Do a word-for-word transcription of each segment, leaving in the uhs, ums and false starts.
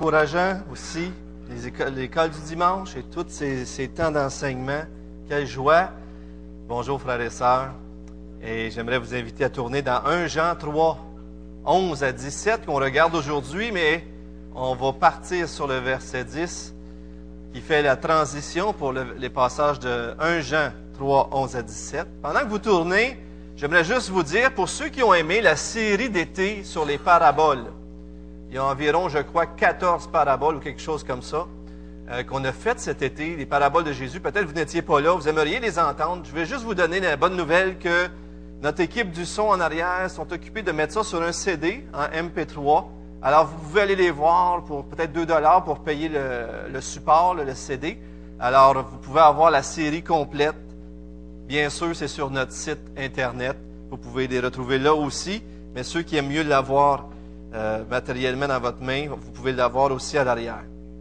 encourageant aussi, les écoles, l'école du dimanche et tous ces, ces temps d'enseignement. Quelle joie! Bonjour frères et sœurs. Et j'aimerais vous inviter à tourner dans premier Jean trois, onze à dix-sept, qu'on regarde aujourd'hui, mais on va partir sur le verset dix, qui fait la transition pour le, les passages de premier Jean trois, onze à dix-sept. Pendant que vous tournez, j'aimerais juste vous dire, pour ceux qui ont aimé la série d'été sur les paraboles, il y a environ, je crois, quatorze paraboles ou quelque chose comme ça euh, qu'on a faites cet été, les paraboles de Jésus. Peut-être que vous n'étiez pas là, vous aimeriez les entendre. Je vais juste vous donner la bonne nouvelle que notre équipe du son en arrière sont occupés de mettre ça sur un C D en M P trois. Alors, vous pouvez aller les voir pour peut-être deux dollars pour payer le, le support, le C D. Alors, vous pouvez avoir la série complète. Bien sûr, c'est sur notre site Internet. Vous pouvez les retrouver là aussi. Mais ceux qui aiment mieux l'avoir euh, matériellement dans votre main, vous pouvez l'avoir aussi à l'arrière.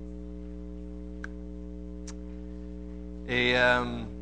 Et euh,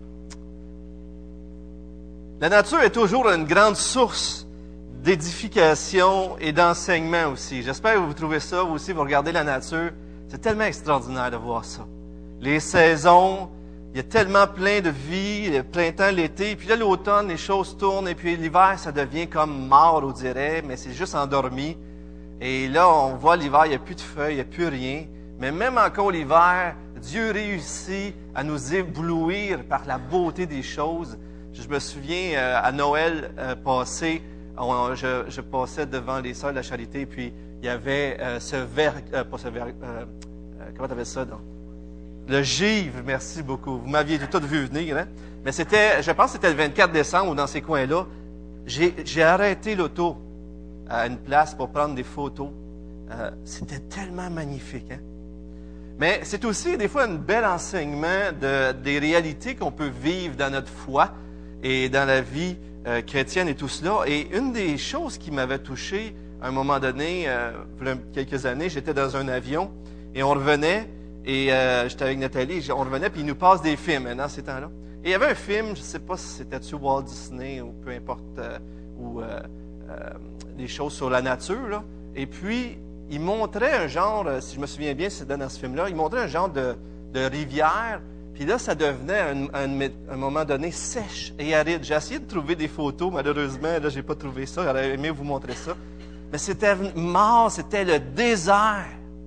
la nature est toujours une grande source d'édification et d'enseignement aussi. J'espère que vous trouvez ça, vous aussi, vous regardez la nature. C'est tellement extraordinaire de voir ça. Les saisons, il y a tellement plein de vie, le printemps, l'été, puis là, l'automne, les choses tournent, et puis l'hiver, ça devient comme mort, on dirait, mais c'est juste endormi. Et là, on voit l'hiver, il n'y a plus de feuilles, il n'y a plus rien. Mais même encore l'hiver, Dieu réussit à nous éblouir par la beauté des choses. Je me souviens, euh, à Noël euh, passé, on, je, je passais devant les Sœurs de la Charité, puis il y avait euh, ce verre, euh, pas ce verre, euh, euh, comment tu appelles ça, non? Le givre, merci beaucoup. Vous m'aviez tout vu venir, hein? Mais c'était, je pense que c'était le vingt-quatre décembre ou dans ces coins-là. J'ai, j'ai arrêté l'auto à une place pour prendre des photos. Euh, c'était tellement magnifique, hein? Mais c'est aussi des fois un bel enseignement de, des réalités qu'on peut vivre dans notre foi et dans la vie euh, chrétienne et tout cela. Et une des choses qui m'avait touché à un moment donné, euh, il y a quelques années, j'étais dans un avion et on revenait. Et euh, j'étais avec Nathalie, on revenait, puis il nous passe des films hein, dans ces temps-là. Et il y avait un film, je ne sais pas si c'était-tu Walt Disney ou peu importe, euh, ou euh, euh, des choses sur la nature. Là. Et puis, il montrait un genre, si je me souviens bien, c'était dans ce film-là, il montrait un genre de, de rivière, puis là, ça devenait à un, un, un moment donné sèche et aride. J'ai essayé de trouver des photos, malheureusement, là, j'ai pas trouvé ça, j'aurais aimé vous montrer ça. Mais c'était mort, c'était le désert.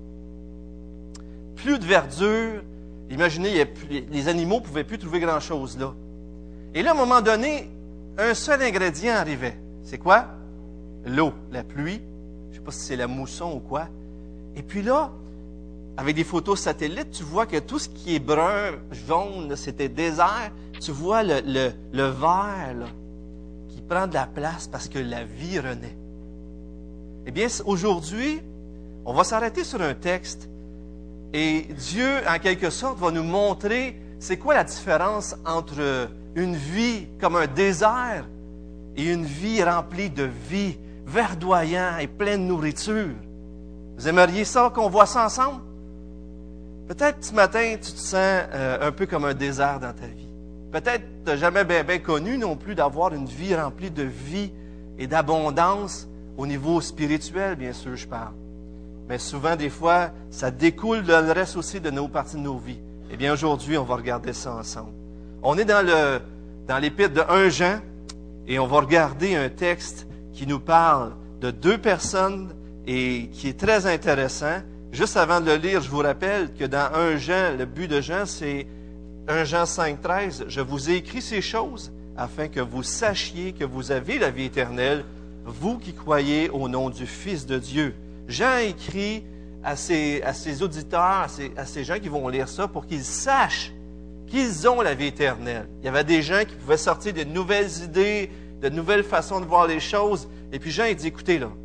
Plus de verdure. Imaginez, il y a plus, les animaux ne pouvaient plus trouver grand-chose là. Et là, à un moment donné, un seul ingrédient arrivait. C'est quoi? L'eau, la pluie. Je ne sais pas si c'est la mousson ou quoi. Et puis là, avec des photos satellites, tu vois que tout ce qui est brun, jaune, là, c'était désert. Tu vois le, le, le vert là, qui prend de la place parce que la vie renaît. Eh bien, aujourd'hui, on va s'arrêter sur un texte. Et Dieu, en quelque sorte, va nous montrer c'est quoi la différence entre une vie comme un désert et une vie remplie de vie, verdoyant et pleine de nourriture. Vous aimeriez ça, qu'on voit ça ensemble? Peut-être ce matin, tu te sens euh, un peu comme un désert dans ta vie. Peut-être tu n'as jamais bien, bien connu non plus d'avoir une vie remplie de vie et d'abondance au niveau spirituel, bien sûr, je parle. Mais souvent, des fois, ça découle de le reste aussi de nos parties de nos vies. Eh bien, aujourd'hui, on va regarder ça ensemble. On est dans le dans l'épître de premier Jean et on va regarder un texte qui nous parle de deux personnes et qui est très intéressant. Juste avant de le lire, je vous rappelle que dans premier Jean, le but de Jean, c'est premier Jean cinq, treize. Je vous ai écrit ces choses afin que vous sachiez que vous avez la vie éternelle, vous qui croyez au nom du Fils de Dieu. Jean écrit à ses, à ses auditeurs, à ces, à ces gens qui vont lire ça, pour qu'ils sachent qu'ils ont la vie éternelle. Il y avait des gens qui pouvaient sortir de nouvelles idées, de nouvelles façons de voir les choses. Et puis Jean, il dit, écoutez, là,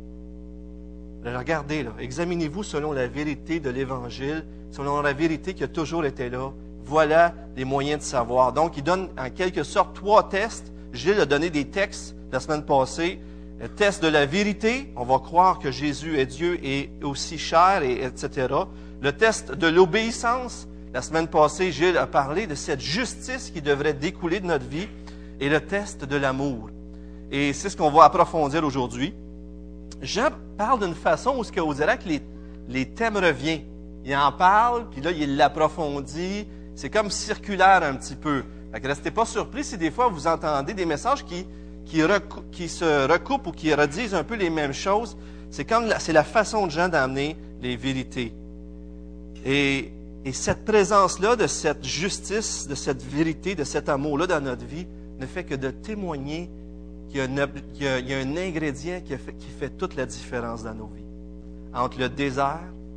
regardez, là, examinez-vous selon la vérité de l'Évangile, selon la vérité qui a toujours été là. Voilà les moyens de savoir. Donc, il donne en quelque sorte trois tests. Gilles a donné des textes la semaine passée. Le test de la vérité, on va croire que Jésus est Dieu et aussi cher, et etc. Le test de l'obéissance, la semaine passée, Gilles a parlé de cette justice qui devrait découler de notre vie, et le test de l'amour. Et c'est ce qu'on va approfondir aujourd'hui. Jean parle d'une façon où on dirait que les, les thèmes reviennent. Il en parle, puis là, il l'approfondit. C'est comme circulaire un petit peu. Fait que restez pas surpris si des fois vous entendez des messages qui, qui, recou- qui se recoupent ou qui redisent un peu les mêmes choses. C'est comme la, c'est la façon de Jean d'amener les vérités. Et, et cette présence-là, de cette justice, de cette vérité, de cet amour-là dans notre vie, ne fait que de témoigner qu'il y a, une, qu'il y a, il y a un ingrédient qui fait, qui fait toute la différence dans nos vies. Entre le désert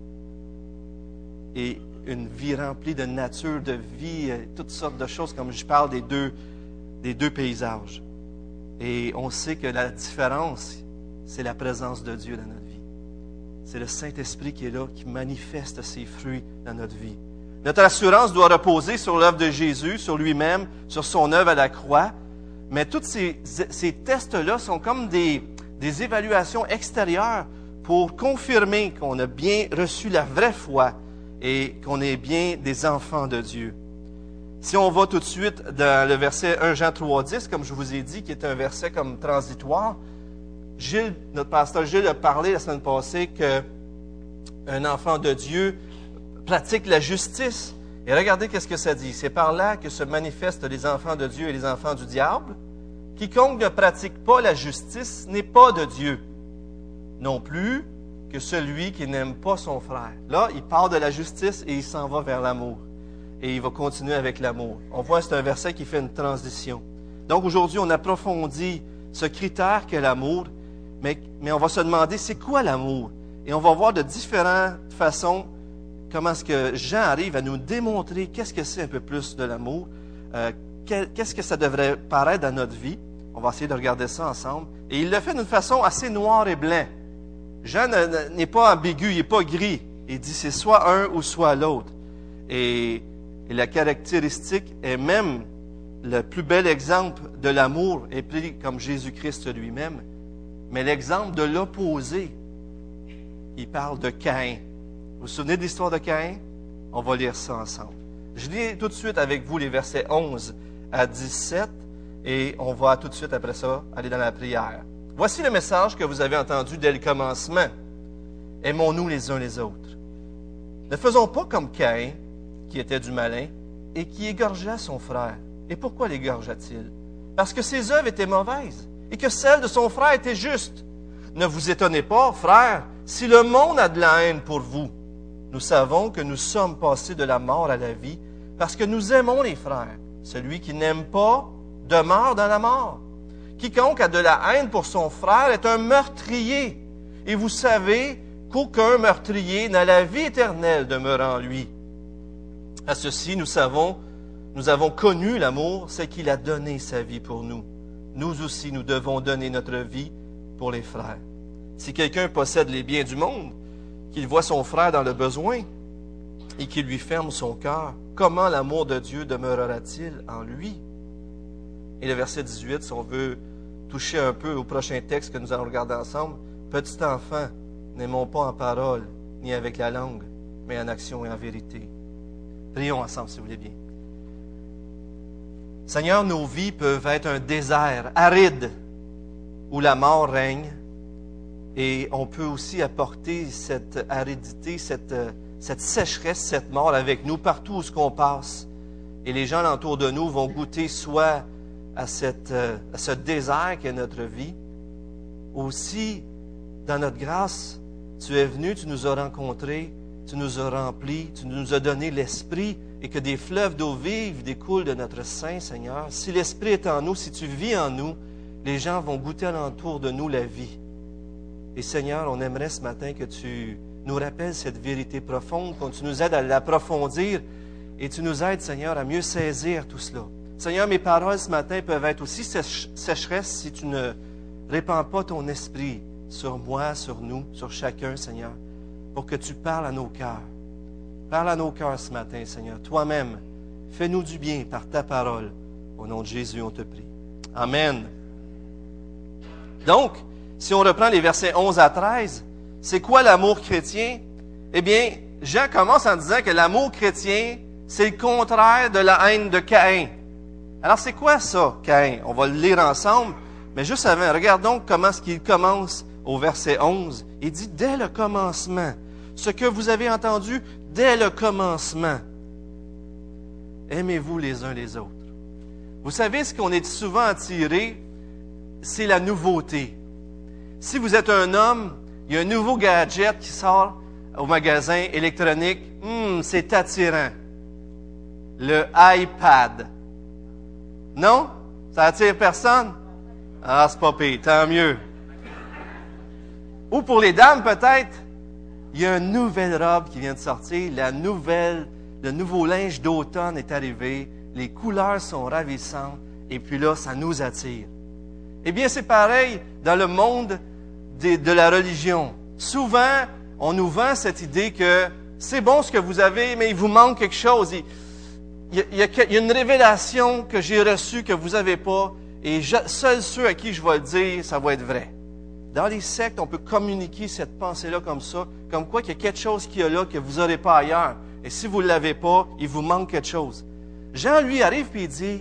et une vie remplie de nature, de vie, toutes sortes de choses, comme je parle des deux, des deux paysages. Et on sait que la différence, c'est la présence de Dieu dans notre vie. C'est le Saint-Esprit qui est là, qui manifeste ses fruits dans notre vie. Notre assurance doit reposer sur l'œuvre de Jésus, sur lui-même, sur son œuvre à la croix. Mais tous ces, ces tests-là sont comme des, des évaluations extérieures pour confirmer qu'on a bien reçu la vraie foi et qu'on est bien des enfants de Dieu. Si on va tout de suite dans le verset un Jean trois dix, comme je vous ai dit, qui est un verset comme transitoire, Gilles, notre pasteur Gilles a parlé la semaine passée qu'un enfant de Dieu pratique la justice. Et regardez qu'est-ce que ça dit. C'est par là que se manifestent les enfants de Dieu et les enfants du diable. Quiconque ne pratique pas la justice n'est pas de Dieu, non plus que celui qui n'aime pas son frère. Là, il part de la justice et il s'en va vers l'amour. Et il va continuer avec l'amour. On voit que c'est un verset qui fait une transition. Donc aujourd'hui, on approfondit ce critère qu'est l'amour, mais, mais on va se demander c'est quoi l'amour? Et on va voir de différentes façons comment est-ce que Jean arrive à nous démontrer qu'est-ce que c'est un peu plus de l'amour, euh, qu'est-ce que ça devrait paraître dans notre vie. On va essayer de regarder ça ensemble. Et il le fait d'une façon assez noire et blanc. Jean n'est pas ambigu, il n'est pas gris. Il dit c'est soit un ou soit l'autre. Et, et la caractéristique est même le plus bel exemple de l'amour est pris comme Jésus-Christ lui-même. Mais l'exemple de l'opposé, il parle de Caïn. Vous vous souvenez de l'histoire de Caïn? On va lire ça ensemble. Je lis tout de suite avec vous les versets onze à dix-sept et on va tout de suite après ça aller dans la prière. Voici le message que vous avez entendu dès le commencement. Aimons-nous les uns les autres. Ne faisons pas comme Caïn, qui était du malin et qui égorgea son frère. Et pourquoi l'égorgea-t-il? Parce que ses œuvres étaient mauvaises et que celles de son frère étaient justes. Ne vous étonnez pas, frères, si le monde a de la haine pour vous. Nous savons que nous sommes passés de la mort à la vie parce que nous aimons les frères. Celui qui n'aime pas demeure dans la mort. Quiconque a de la haine pour son frère est un meurtrier. Et vous savez qu'aucun meurtrier n'a la vie éternelle demeurant en lui. À ceci, nous savons, nous avons connu l'amour, c'est qu'il a donné sa vie pour nous. Nous aussi, nous devons donner notre vie pour les frères. Si quelqu'un possède les biens du monde, qu'il voit son frère dans le besoin et qu'il lui ferme son cœur, comment l'amour de Dieu demeurera-t-il en lui? Et le verset dix-huit, si on veut toucher un peu au prochain texte que nous allons regarder ensemble, « Petit enfant, n'aimons pas en parole, ni avec la langue, mais en action et en vérité. » Prions ensemble, si vous voulez bien. Seigneur, nos vies peuvent être un désert aride où la mort règne, et on peut aussi apporter cette aridité, cette, cette sécheresse, cette mort avec nous partout où ce qu'on passe. Et les gens autour de nous vont goûter soit à, cette, à ce désert qu'est notre vie, aussi dans notre grâce, tu es venu, tu nous as rencontrés, tu nous as remplis, tu nous as donné l'Esprit et que des fleuves d'eau vive découlent de notre sein, Seigneur. Si l'Esprit est en nous, si tu vis en nous, les gens vont goûter alentour de nous la vie. Et Seigneur, on aimerait ce matin que tu nous rappelles cette vérité profonde, que tu nous aides à l'approfondir et tu nous aides, Seigneur, à mieux saisir tout cela. Seigneur, mes paroles ce matin peuvent être aussi sèche, sécheresse si tu ne répands pas ton esprit sur moi, sur nous, sur chacun, Seigneur, pour que tu parles à nos cœurs. Parle à nos cœurs ce matin, Seigneur. Toi-même, fais-nous du bien par ta parole. Au nom de Jésus, on te prie. Amen. Donc, si on reprend les versets onze à treize, c'est quoi l'amour chrétien? Eh bien, Jean commence en disant que l'amour chrétien, c'est le contraire de la haine de Caïn. Alors, c'est quoi ça, Caïn? On va le lire ensemble, mais juste avant, regardons comment est-ce qu'il commence au verset onze. Il dit, dès le commencement, ce que vous avez entendu dès le commencement. Aimez-vous les uns les autres. Vous savez, ce qu'on est souvent attiré, c'est la nouveauté. Si vous êtes un homme, il y a un nouveau gadget qui sort au magasin électronique, hum, c'est attirant. Le iPad. Non? Ça attire personne? Ah, c'est pas pire, tant mieux. Ou pour les dames, peut-être, il y a une nouvelle robe qui vient de sortir, la nouvelle, le nouveau linge d'automne est arrivé, les couleurs sont ravissantes, et puis là, ça nous attire. Eh bien, c'est pareil dans le monde de, de la religion. Souvent, on nous vend cette idée que c'est bon ce que vous avez, mais il vous manque quelque chose. Il, il, y, a, il, y, a, il y a une révélation que j'ai reçue que vous n'avez pas, et je, seuls ceux à qui je vais le dire, ça va être vrai. Dans les sectes, on peut communiquer cette pensée-là comme ça, comme quoi qu'il y a quelque chose qu'il y a là que vous n'aurez pas ailleurs. Et si vous ne l'avez pas, il vous manque quelque chose. Jean, lui, arrive et il dit,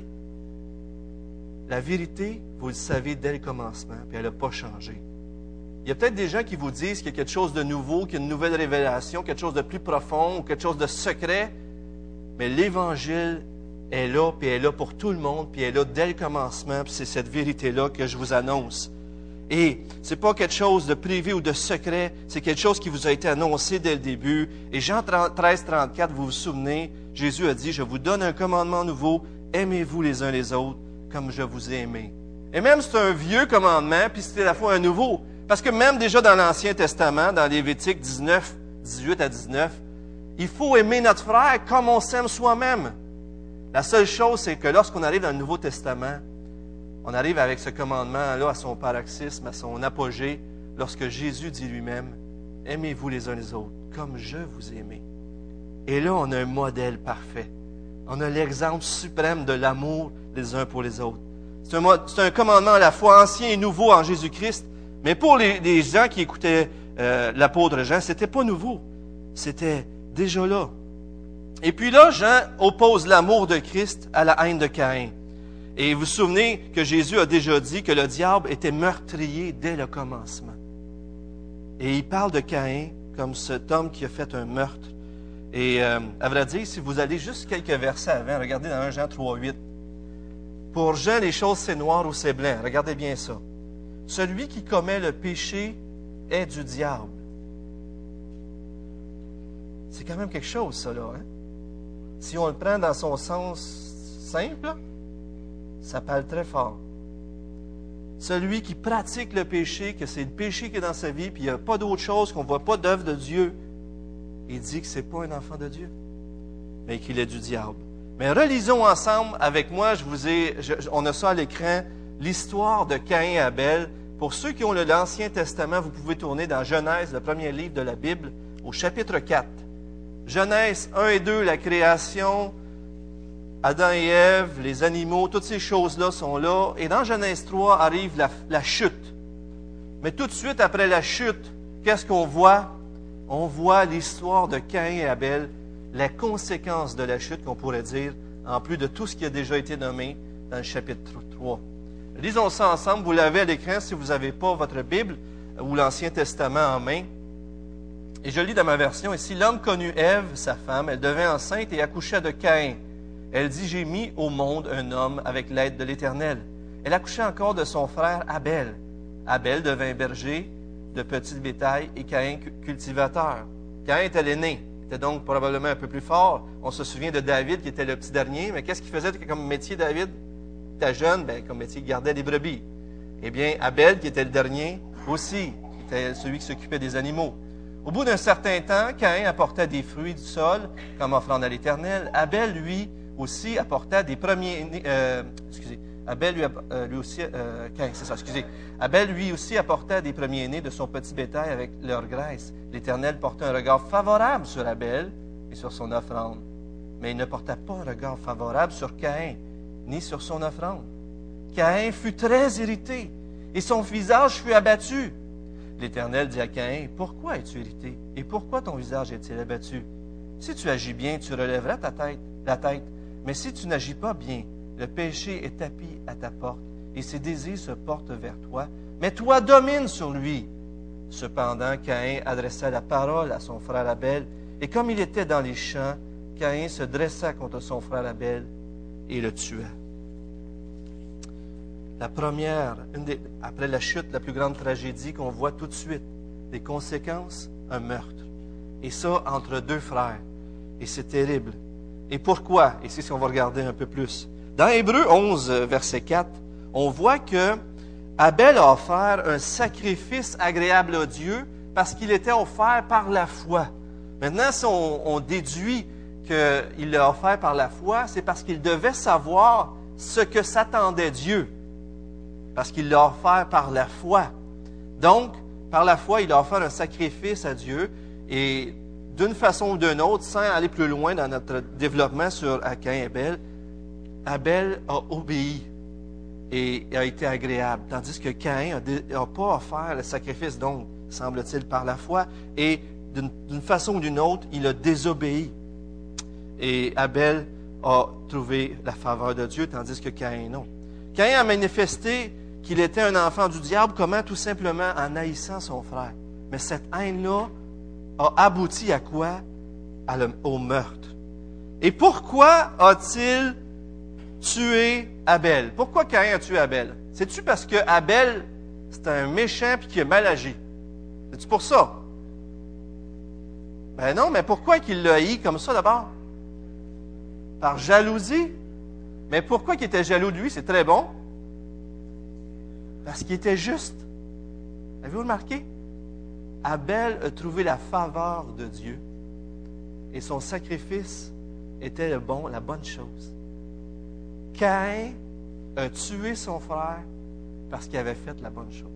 la vérité, vous le savez dès le commencement, puis elle n'a pas changé. Il y a peut-être des gens qui vous disent qu'il y a quelque chose de nouveau, qu'il y a une nouvelle révélation, quelque chose de plus profond ou quelque chose de secret, mais l'Évangile est là, puis elle est là pour tout le monde, puis elle est là dès le commencement, puis c'est cette vérité-là que je vous annonce. Et ce n'est pas quelque chose de privé ou de secret, c'est quelque chose qui vous a été annoncé dès le début. Et Jean treize, trente-quatre, vous vous souvenez, Jésus a dit, « Je vous donne un commandement nouveau, aimez-vous les uns les autres comme je vous ai aimé. » Et même c'est un vieux commandement, puis c'est à la fois un nouveau. Parce que même déjà dans l'Ancien Testament, dans Lévitique dix-neuf, dix-huit à dix-neuf, il faut aimer notre frère comme on s'aime soi-même. La seule chose, c'est que lorsqu'on arrive dans le Nouveau Testament, on arrive avec ce commandement-là à son paroxysme, à son apogée, lorsque Jésus dit lui-même, « Aimez-vous les uns les autres, comme je vous ai aimé. » Et là, on a un modèle parfait. On a l'exemple suprême de l'amour les uns pour les autres. C'est un, c'est un commandement à la fois ancien et nouveau en Jésus-Christ, mais pour les, les gens qui écoutaient euh, l'apôtre Jean, c'était pas nouveau. C'était déjà là. Et puis là, Jean oppose l'amour de Christ à la haine de Caïn. Et vous vous souvenez que Jésus a déjà dit que le diable était meurtrier dès le commencement. Et il parle de Caïn comme cet homme qui a fait un meurtre. Et euh, à vrai dire, si vous allez juste quelques versets avant, regardez dans un Jean trois, huit. Pour Jean, les choses c'est noir ou c'est blanc. Regardez bien ça. Celui qui commet le péché est du diable. C'est quand même quelque chose, ça, là. Hein? Si on le prend dans son sens simple, ça parle très fort. Celui qui pratique le péché, que c'est le péché qui est dans sa vie, puis il n'y a pas d'autre chose, qu'on ne voit pas d'œuvre de Dieu, il dit que ce n'est pas un enfant de Dieu, mais qu'il est du diable. Mais relisons ensemble avec moi, je vous ai, je, on a ça à l'écran, l'histoire de Caïn et Abel. Pour ceux qui ont l'Ancien Testament, vous pouvez tourner dans Genèse, le premier livre de la Bible, au chapitre quatre. Genèse un et deux, la création, Adam et Ève, les animaux, toutes ces choses-là sont là. Et dans Genèse trois arrive la, la chute. Mais tout de suite après la chute, qu'est-ce qu'on voit? On voit l'histoire de Caïn et Abel, la conséquence de la chute, qu'on pourrait dire, en plus de tout ce qui a déjà été nommé dans le chapitre trois. Lisons ça ensemble. Vous l'avez à l'écran si vous n'avez pas votre Bible ou l'Ancien Testament en main. Et je lis dans ma version ici. L'homme connut Ève, sa femme. Elle devint enceinte et accoucha de Caïn. Elle dit, j'ai mis au monde un homme avec l'aide de l'Éternel. Elle accoucha encore de son frère Abel. Abel devint berger de petit bétail et Caïn cultivateur. Caïn était l'aîné. Il était donc probablement un peu plus fort. On se souvient de David qui était le petit dernier. Mais qu'est-ce qu'il faisait comme métier, David? Il était jeune, ben, comme métier, il gardait des brebis. Eh bien, Abel, qui était le dernier, aussi, était celui qui s'occupait des animaux. Au bout d'un certain temps, Caïn apporta des fruits du sol comme offrande à l'Éternel. Abel, lui, aussi apporta des premiers... Euh, excusez. Abel, lui, euh, lui aussi... Euh, Caïn, c'est ça, excusez. Abel, lui aussi, apporta des premiers-nés de son petit bétail avec leur graisse. L'Éternel porta un regard favorable sur Abel et sur son offrande. Mais il ne porta pas un regard favorable sur Caïn, ni sur son offrande. Caïn fut très irrité, et son visage fut abattu. L'Éternel dit à Caïn, « Pourquoi es-tu irrité, et pourquoi ton visage est-il abattu? Si tu agis bien, tu relèveras ta tête, la tête, mais si tu n'agis pas bien, le péché est tapis à ta porte, et ses désirs se portent vers toi, mais toi domine sur lui. Cependant, Caïn adressa la parole à son frère Abel, et comme il était dans les champs, Caïn se dressa contre son frère Abel et le tua. La première, une des, après la chute, la plus grande tragédie qu'on voit tout de suite, les conséquences, un meurtre. Et ça, entre deux frères. Et c'est terrible. Et pourquoi? Ici, si on va regarder un peu plus. Dans Hébreux onze, verset quatre, on voit que Abel a offert un sacrifice agréable à Dieu parce qu'il était offert par la foi. Maintenant, si on, on déduit qu'il l'a offert par la foi, c'est parce qu'il devait savoir ce que s'attendait Dieu. Parce qu'il l'a offert par la foi. Donc, par la foi, il a offert un sacrifice à Dieu. Et d'une façon ou d'une autre, sans aller plus loin dans notre développement sur Caïn et Abel, Abel a obéi et a été agréable. Tandis que Caïn n'a pas offert le sacrifice, donc, semble-t-il, par la foi. Et d'une, d'une façon ou d'une autre, il a désobéi. Et Abel a trouvé la faveur de Dieu, tandis que Caïn, non. Caïn a manifesté qu'il était un enfant du diable, comment? Tout simplement en haïssant son frère. Mais cette haine-là a abouti à quoi? À le, au meurtre. Et pourquoi a-t-il tué Abel? Pourquoi Caïn a tué Abel? C'est-tu parce que Abel, c'est un méchant et qu'il a mal agi? C'est-tu pour ça? Ben non, mais pourquoi qu'il l'a haï comme ça d'abord? Par jalousie? Mais pourquoi qu'il était jaloux de lui? C'est très bon. Parce qu'il était juste. Avez-vous remarqué? Abel a trouvé la faveur de Dieu et son sacrifice était le bon, la bonne chose. Caïn a tué son frère parce qu'il avait fait la bonne chose.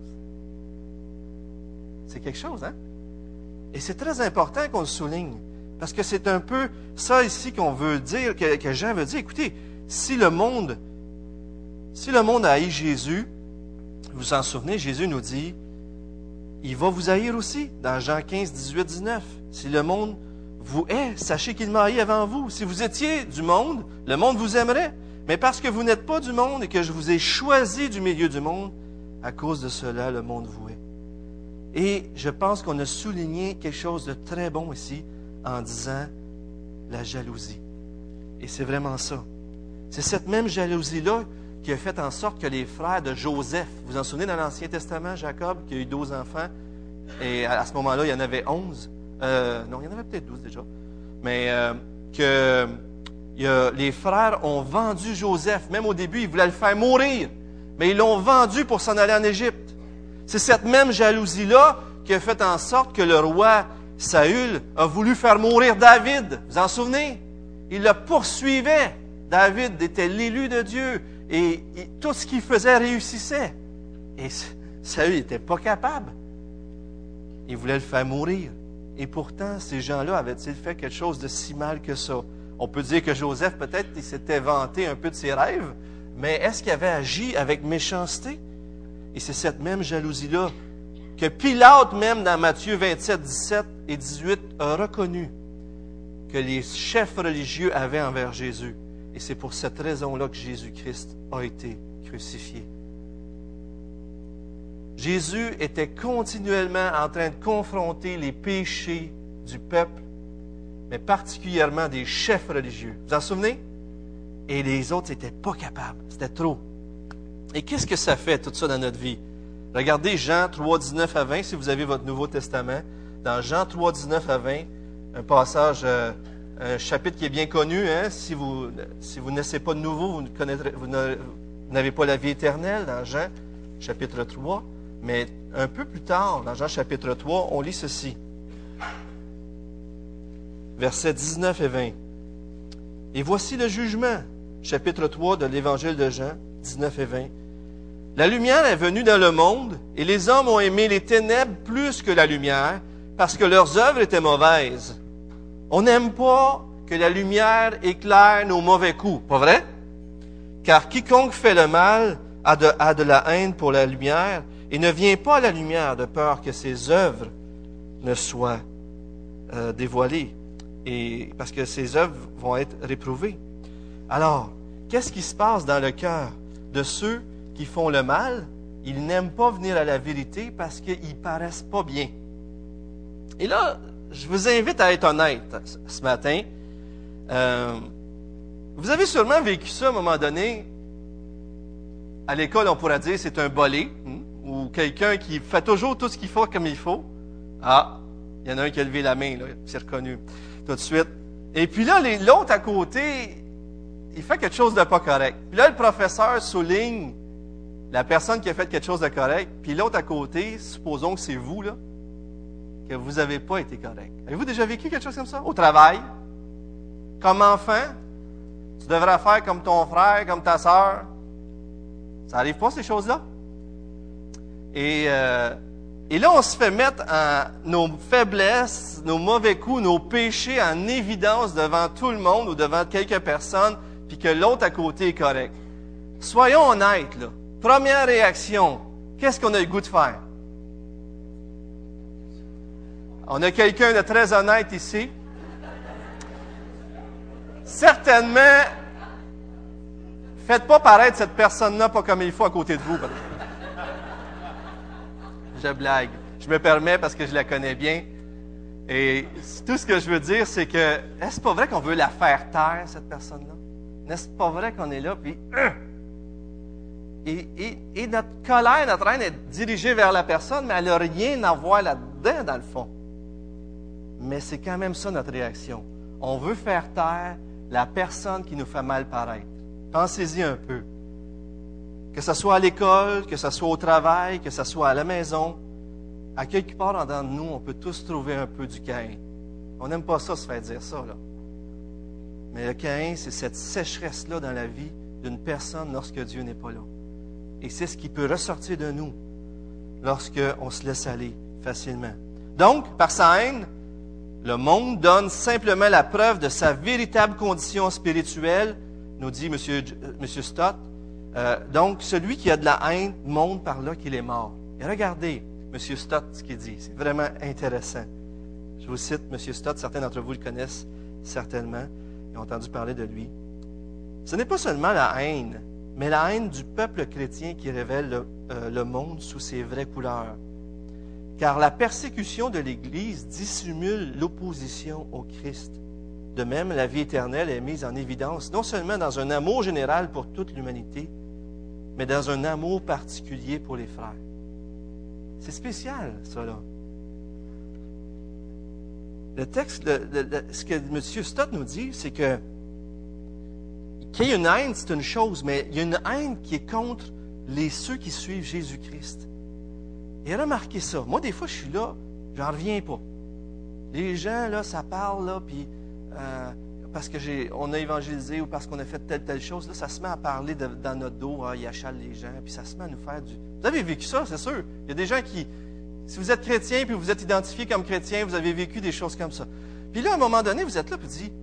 C'est quelque chose, hein? Et c'est très important qu'on le souligne, parce que c'est un peu ça ici qu'on veut dire, que, que Jean veut dire. Écoutez, si le monde, si le monde a haï Jésus, vous vous en souvenez, Jésus nous dit, il va vous haïr aussi, dans Jean quinze, dix-huit, dix-neuf. Si le monde vous hait, sachez qu'il m'a haï avant vous. Si vous étiez du monde, le monde vous aimerait. Mais parce que vous n'êtes pas du monde et que je vous ai choisi du milieu du monde, à cause de cela, le monde vous hait. Et je pense qu'on a souligné quelque chose de très bon ici en disant la jalousie. Et c'est vraiment ça. C'est cette même jalousie-là qui a fait en sorte que les frères de Joseph, vous vous en souvenez dans l'Ancien Testament, Jacob, qui a eu douze enfants, et à ce moment-là, il y en avait onze. Euh, non, il y en avait peut-être douze déjà. Mais euh, que il y a, les frères ont vendu Joseph. Même au début, ils voulaient le faire mourir. Mais ils l'ont vendu pour s'en aller en Égypte. C'est cette même jalousie-là qui a fait en sorte que le roi Saül a voulu faire mourir David. Vous vous en souvenez? Il le poursuivait. David était l'élu de Dieu. Et, et tout ce qu'il faisait réussissait. Et Saül n'était pas capable. Il voulait le faire mourir. Et pourtant, ces gens-là avaient-ils fait quelque chose de si mal que ça? On peut dire que Joseph, peut-être, il s'était vanté un peu de ses rêves, mais est-ce qu'il avait agi avec méchanceté? Et c'est cette même jalousie-là que Pilate, même dans Matthieu vingt-sept, dix-sept et dix-huit, a reconnu que les chefs religieux avaient envers Jésus. Et c'est pour cette raison-là que Jésus-Christ a été crucifié. Jésus était continuellement en train de confronter les péchés du peuple, mais particulièrement des chefs religieux. Vous vous en souvenez? Et les autres n'étaient pas capables. C'était trop. Et qu'est-ce que ça fait, tout ça, dans notre vie? Regardez Jean trois, dix-neuf à vingt, si vous avez votre Nouveau Testament. Dans Jean trois, dix-neuf à vingt, un passage, euh, un chapitre qui est bien connu. Hein? Si vous si vous ne naissez pas de nouveau, vous, ne connaîtrez, vous, ne, vous n'avez pas la vie éternelle, dans Jean chapitre trois. Mais un peu plus tard, dans Jean chapitre trois, on lit ceci. Versets dix-neuf et vingt. Et voici le jugement, chapitre trois de l'Évangile de Jean, dix-neuf et vingt. La lumière est venue dans le monde, et les hommes ont aimé les ténèbres plus que la lumière, parce que leurs œuvres étaient mauvaises. On n'aime pas que la lumière éclaire nos mauvais coups, pas vrai? Car quiconque fait le mal a de, a de la haine pour la lumière, et ne vient pas à la lumière de peur que ses œuvres ne soient euh, dévoilées. Et parce que ces œuvres vont être réprouvées. Alors, qu'est-ce qui se passe dans le cœur de ceux qui font le mal? ils n'aiment pas venir à la vérité parce qu'ils paraissent pas bien. Et là, je vous invite à être honnête ce matin. Euh, vous avez sûrement vécu ça à un moment donné. À l'école, on pourrait dire c'est un bolé, hein, ou quelqu'un qui fait toujours tout ce qu'il faut comme il faut. Ah, il y en a un qui a levé la main, là, c'est reconnu tout de suite. Et puis là, les, l'autre à côté, il fait quelque chose de pas correct. Puis là, le professeur souligne la personne qui a fait quelque chose de correct, puis l'autre à côté, supposons que c'est vous, là, que vous n'avez pas été correct. Avez-vous déjà vécu quelque chose comme ça? Au travail? Comme enfant? Tu devrais faire comme ton frère, comme ta sœur? Ça n'arrive pas, ces choses-là? Et, euh, et là, on se fait mettre en, nos faiblesses, nos mauvais coups, nos péchés en évidence devant tout le monde ou devant quelques personnes, puis que l'autre à côté est correct. Soyons honnêtes, là. Première réaction, qu'est-ce qu'on a le goût de faire? On a quelqu'un de très honnête ici. Certainement, faites pas paraître cette personne-là pas comme il faut à côté de vous. Je blague. Je me permets parce que je la connais bien. Et tout ce que je veux dire, c'est que, est-ce pas vrai qu'on veut la faire taire, cette personne-là? N'est-ce pas vrai qu'on est là, puis... Euh, et, et, et notre colère, notre haine est dirigée vers la personne, mais elle n'a rien à voir là-dedans, dans le fond. Mais c'est quand même ça notre réaction. On veut faire taire la personne qui nous fait mal paraître. Pensez-y un peu. Que ce soit à l'école, que ce soit au travail, que ce soit à la maison, à quelque part en dedans de nous, on peut tous trouver un peu du Caïn. On n'aime pas ça, se faire dire ça, là. Mais le Caïn, c'est cette sécheresse-là dans la vie d'une personne lorsque Dieu n'est pas là. Et c'est ce qui peut ressortir de nous lorsqu'on se laisse aller facilement. Donc, par sa haine, le monde donne simplement la preuve de sa véritable condition spirituelle, nous dit M. Stott. Euh, donc, celui qui a de la haine montre par là qu'il est mort. Et regardez, M. Stott, ce qu'il dit. C'est vraiment intéressant. Je vous cite M. Stott. Certains d'entre vous le connaissent certainement et ont entendu parler de lui. Ce n'est pas seulement la haine, mais la haine du peuple chrétien qui révèle le, euh, le monde sous ses vraies couleurs. Car la persécution de l'Église dissimule l'opposition au Christ. De même, la vie éternelle est mise en évidence non seulement dans un amour général pour toute l'humanité, mais dans un amour particulier pour les frères. C'est spécial, ça, là. Le texte, le, le, le, ce que M. Stott nous dit, c'est que qu'il y ait une haine, c'est une chose, mais il y a une haine qui est contre les ceux qui suivent Jésus-Christ. Et remarquez ça. Moi, des fois, je suis là, j'en reviens pas. Les gens, là, ça parle, là, puis euh, parce que j'ai, on a évangélisé ou parce qu'on a fait telle, telle chose, là, ça se met à parler de, dans notre dos, ah, il achale les gens, puis ça se met à nous faire du... Vous avez vécu ça, c'est sûr. Il y a des gens qui... Si vous êtes chrétien, puis vous êtes identifié comme chrétien, vous avez vécu des choses comme ça. Puis là, à un moment donné, vous êtes là, puis vous dites,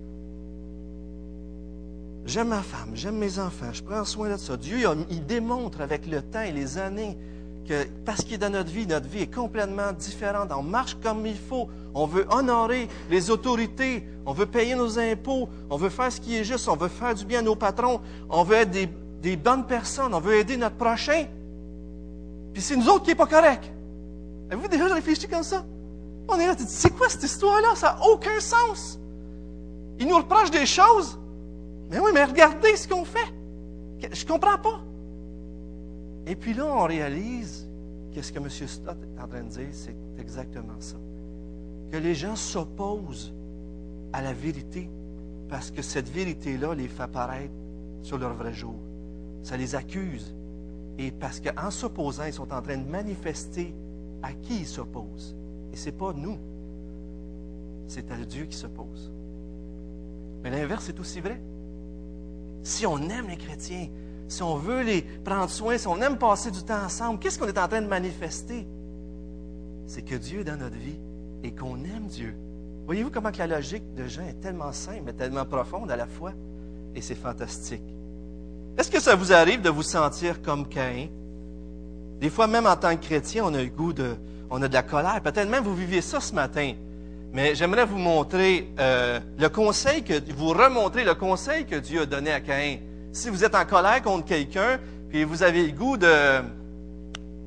j'aime ma femme, j'aime mes enfants, je prends soin de ça. Dieu, il, il démontre avec le temps et les années que parce qu'il est dans notre vie, notre vie est complètement différente. On marche comme il faut. On veut honorer les autorités. On veut payer nos impôts. On veut faire ce qui est juste. On veut faire du bien à nos patrons. On veut être des, des bonnes personnes. On veut aider notre prochain. Puis c'est nous autres qui n'est pas correct. Avez-vous déjà réfléchi comme ça? On est là, tu dis, c'est quoi cette histoire-là? Ça n'a aucun sens. Il nous reproche des choses. Mais oui, mais regardez ce qu'on fait. Je ne comprends pas. Et puis là, on réalise que ce que M. Stott est en train de dire, c'est exactement ça. Que les gens s'opposent à la vérité parce que cette vérité-là les fait apparaître sur leur vrai jour. Ça les accuse. Et parce qu'en s'opposant, ils sont en train de manifester à qui ils s'opposent. Et ce n'est pas nous. C'est à Dieu qui s'oppose. Mais l'inverse est aussi vrai. Si on aime les chrétiens, si on veut les prendre soin, si on aime passer du temps ensemble, qu'est-ce qu'on est en train de manifester? C'est que Dieu est dans notre vie et qu'on aime Dieu. Voyez-vous comment que la logique de Jean est tellement simple, mais tellement profonde à la fois? Et c'est fantastique. Est-ce que ça vous arrive de vous sentir comme Caïn? Des fois, même en tant que chrétien, on a le goût de... On a de la colère. Peut-être même vous vivez ça ce matin. Mais j'aimerais vous montrer euh, le conseil que... Vous remontrer le conseil que Dieu a donné à Caïn. Si vous êtes en colère contre quelqu'un, puis vous avez le goût de,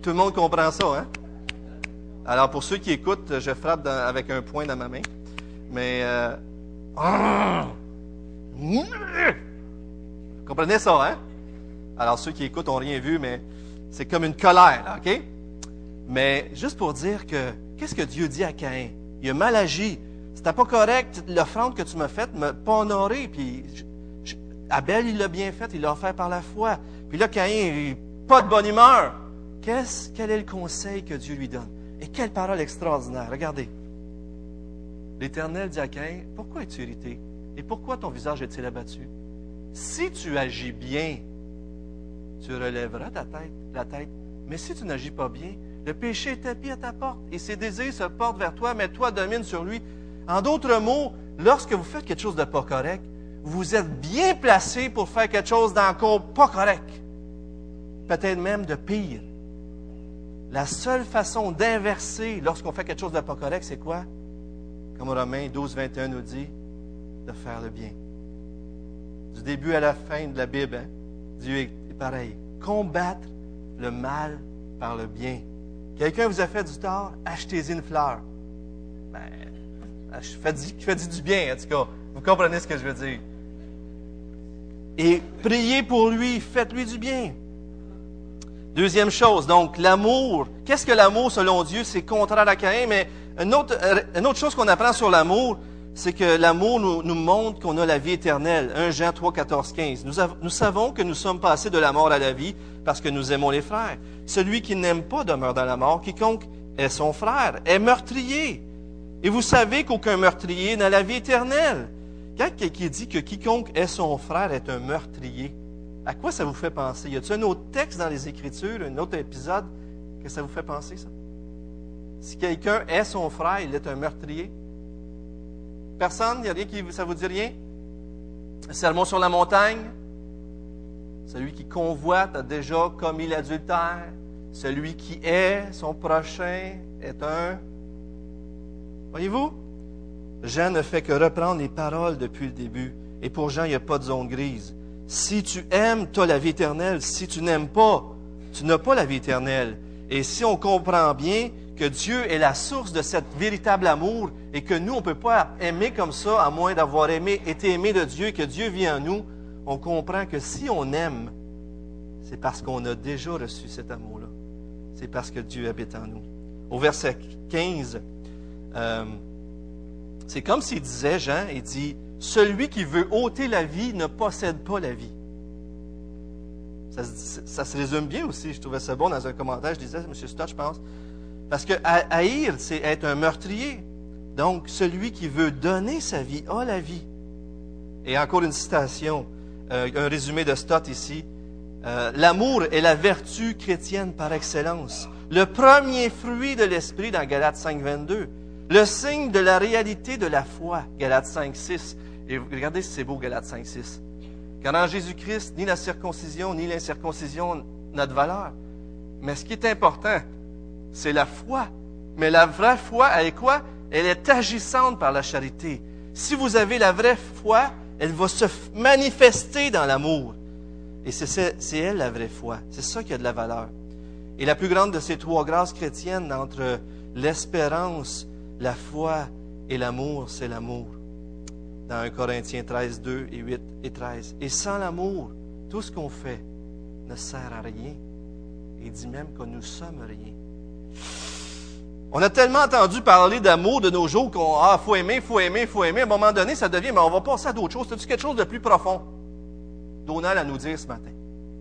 Tout le monde comprend ça, hein? Alors, pour ceux qui écoutent, je frappe dans, avec un poing dans ma main. Mais, euh, vous comprenez ça, hein? Alors, ceux qui écoutent n'ont rien vu, mais c'est comme une colère, là, OK? Mais juste pour dire que, qu'est-ce que Dieu dit à Caïn? Il a mal agi. C'était pas correct, l'offrande que tu m'as faite, m'a pas honoré. Puis, je, je, Abel, il l'a bien fait, il l'a offert par la foi. Puis là, Caïn, il, pas de bonne humeur. Qu'est-ce, quel est le conseil que Dieu lui donne? Et quelle parole extraordinaire. Regardez. L'Éternel dit à Caïn, pourquoi es-tu irrité? Et pourquoi ton visage est-il abattu? Si tu agis bien, tu relèveras ta tête, la tête. Mais si tu n'agis pas bien, le péché est tapis à ta porte et ses désirs se portent vers toi, mais toi domine sur lui. En d'autres mots, lorsque vous faites quelque chose de pas correct, vous êtes bien placé pour faire quelque chose d'encore pas correct. Peut-être même de pire. La seule façon d'inverser lorsqu'on fait quelque chose de pas correct, c'est quoi? Comme Romains douze, vingt et un nous dit, de faire le bien. Du début à la fin de la Bible, hein, Dieu est pareil. Combattre le mal par le bien. Quelqu'un vous a fait du tort, achetez-y une fleur. Ben, faites-y, faites-y du bien, en tout cas. Vous comprenez ce que je veux dire. Et priez pour lui, faites-lui du bien. Deuxième chose, donc, l'amour. Qu'est-ce que l'amour, selon Dieu? C'est contraire à Caïn, mais une autre, une autre chose qu'on apprend sur l'amour, c'est que l'amour nous, nous montre qu'on a la vie éternelle. premier Jean trois, quatorze, quinze. Nous, av- nous savons que nous sommes passés de la mort à la vie parce que nous aimons les frères. Celui qui n'aime pas demeure dans la mort. Quiconque est son frère est meurtrier. Et vous savez qu'aucun meurtrier n'a la vie éternelle. Quand quelqu'un dit que quiconque est son frère est un meurtrier, à quoi ça vous fait penser? Y a-t-il un autre texte dans les Écritures, un autre épisode, que ça vous fait penser, ça? Si quelqu'un est son frère, il est un meurtrier. Personne? Il n'y a rien qui... Ça vous dit rien? Le sermon sur la montagne? Celui qui convoite a déjà commis l'adultère. Celui qui est son prochain est un... Voyez-vous? Jean ne fait que reprendre les paroles depuis le début. Et pour Jean, il n'y a pas de zone grise. Si tu aimes, tu as la vie éternelle. Si tu n'aimes pas, tu n'as pas la vie éternelle. Et si on comprend bien que Dieu est la source de cet véritable amour et que nous, on ne peut pas aimer comme ça à moins d'avoir aimé, été aimé de Dieu et que Dieu vit en nous, on comprend que si on aime, c'est parce qu'on a déjà reçu cet amour-là. C'est parce que Dieu habite en nous. Au verset quinze, euh, c'est comme s'il disait, Jean, il dit, « Celui qui veut ôter la vie ne possède pas la vie. » Ça, ça se résume bien aussi. Je trouvais ça bon dans un commentaire. Je disais, M. Stott, je pense. Parce que haïr, c'est être un meurtrier. Donc, celui qui veut donner sa vie a la vie. Et encore une citation, euh, un résumé de Stott ici. Euh, L'amour est la vertu chrétienne par excellence. Le premier fruit de l'esprit dans Galates cinq, vingt-deux. Le signe de la réalité de la foi, Galates cinq, six. Et regardez si c'est beau, Galates cinq, six. Car en Jésus-Christ, ni la circoncision, ni l'incirconcision n'a de valeur. Mais ce qui est important, c'est la foi. Mais la vraie foi, elle est quoi? Elle est agissante par la charité. Si vous avez la vraie foi, elle va se manifester dans l'amour. Et c'est, c'est elle la vraie foi. C'est ça qui a de la valeur. Et la plus grande de ces trois grâces chrétiennes entre l'espérance, la foi et l'amour, c'est l'amour. Dans un Corinthiens treize, deux et huit et treize. Et sans l'amour, tout ce qu'on fait ne sert à rien. Il dit même que nous sommes rien. On a tellement entendu parler d'amour de nos jours qu'on ah, faut aimer, faut aimer, faut aimer. À un moment donné, ça devient, mais on va passer à d'autres choses. C'est quelque chose de plus profond. Donald à nous dire ce matin.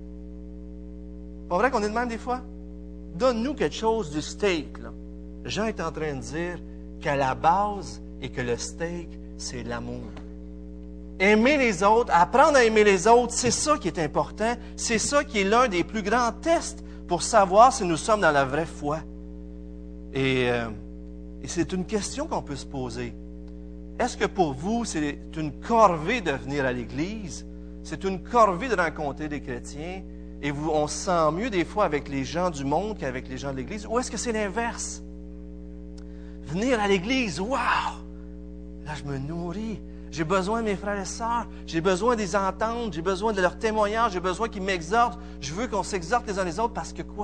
Pas vrai qu'on est de même des fois? Donne-nous quelque chose du steak, là. Jean est en train de dire qu'à la base et que le steak, c'est l'amour. Aimer les autres, apprendre à aimer les autres, c'est ça qui est important. C'est ça qui est l'un des plus grands tests pour savoir si nous sommes dans la vraie foi. Et, euh, et c'est une question qu'on peut se poser. Est-ce que pour vous, c'est une corvée de venir à l'Église? C'est une corvée de rencontrer des chrétiens? Et vous, on se sent mieux des fois avec les gens du monde qu'avec les gens de l'Église? Ou est-ce que c'est l'inverse? Venir à l'Église, wow! Là, je me nourris. J'ai besoin de mes frères et sœurs. J'ai besoin de les entendre. J'ai besoin de leurs témoignages. J'ai besoin qu'ils m'exhortent. Je veux qu'on s'exhorte les uns les autres parce que quoi?